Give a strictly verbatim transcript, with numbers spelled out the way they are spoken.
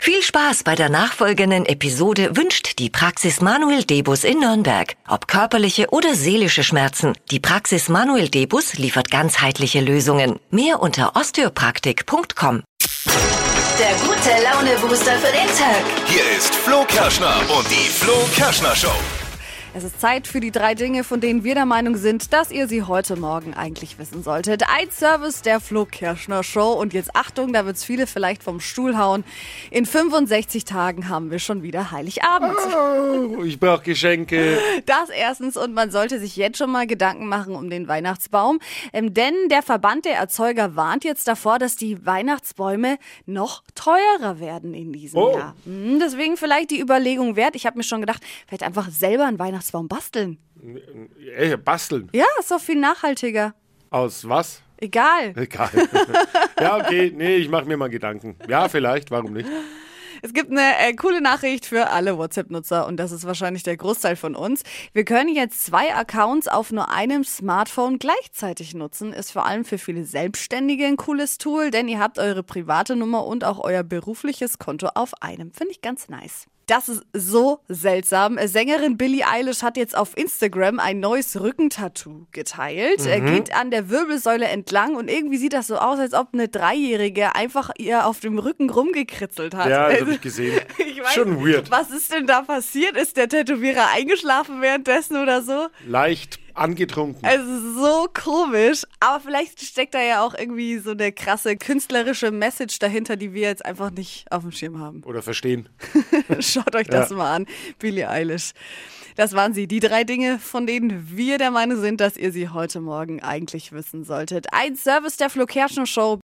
Viel Spaß bei der nachfolgenden Episode wünscht die Praxis Manuel Debus in Nürnberg. Ob körperliche oder seelische Schmerzen, die Praxis Manuel Debus liefert ganzheitliche Lösungen. Mehr unter osteopraktik punkt com. Der gute Laune-Booster für den Tag. Hier ist Flo Kerschner und die Flo Kerschner Show. Es ist Zeit für die drei Dinge, von denen wir der Meinung sind, dass ihr sie heute Morgen eigentlich wissen solltet. Ein Service der Flo Kerschner Show. Und jetzt Achtung, da wird's viele vielleicht vom Stuhl hauen. In fünfundsechzig Tagen haben wir schon wieder Heiligabend. Oh, ich brauche Geschenke. Das erstens, und man sollte sich jetzt schon mal Gedanken machen um den Weihnachtsbaum. Ähm, denn der Verband der Erzeuger warnt jetzt davor, dass die Weihnachtsbäume noch teurer werden in diesem Oh. Jahr. Hm, deswegen vielleicht die Überlegung wert. Ich habe mir schon gedacht, vielleicht einfach selber einen Weihnachtsbaum basteln. Ey, basteln. Ja, ist doch viel nachhaltiger. Aus was? Egal. Egal. Ja, okay. Nee, ich mache mir mal Gedanken. Ja, vielleicht. Warum nicht? Es gibt eine äh, coole Nachricht für alle WhatsApp-Nutzer und das ist wahrscheinlich der Großteil von uns. Wir können jetzt zwei Accounts auf nur einem Smartphone gleichzeitig nutzen. Ist vor allem für viele Selbstständige ein cooles Tool, denn ihr habt eure private Nummer und auch euer berufliches Konto auf einem. Finde ich ganz nice. Das ist so seltsam. Sängerin Billie Eilish hat jetzt auf Instagram ein neues Rückentattoo geteilt. Er Mhm. geht an der Wirbelsäule entlang und irgendwie sieht das so aus, als ob eine Dreijährige einfach ihr auf dem Rücken rumgekritzelt hat. Ja, das habe ich gesehen. Ich weiß, Schon weird. Was ist denn da passiert? Ist der Tätowierer eingeschlafen währenddessen oder so? Leicht angetrunken. Es ist so komisch, aber vielleicht steckt da ja auch irgendwie so eine krasse künstlerische Message dahinter, die wir jetzt einfach nicht auf dem Schirm haben. Oder verstehen. Schaut euch das Ja. mal an, Billie Eilish. Das waren sie, die drei Dinge, von denen wir der Meinung sind, dass ihr sie heute Morgen eigentlich wissen solltet. Ein Service der Flo Kerschner Show.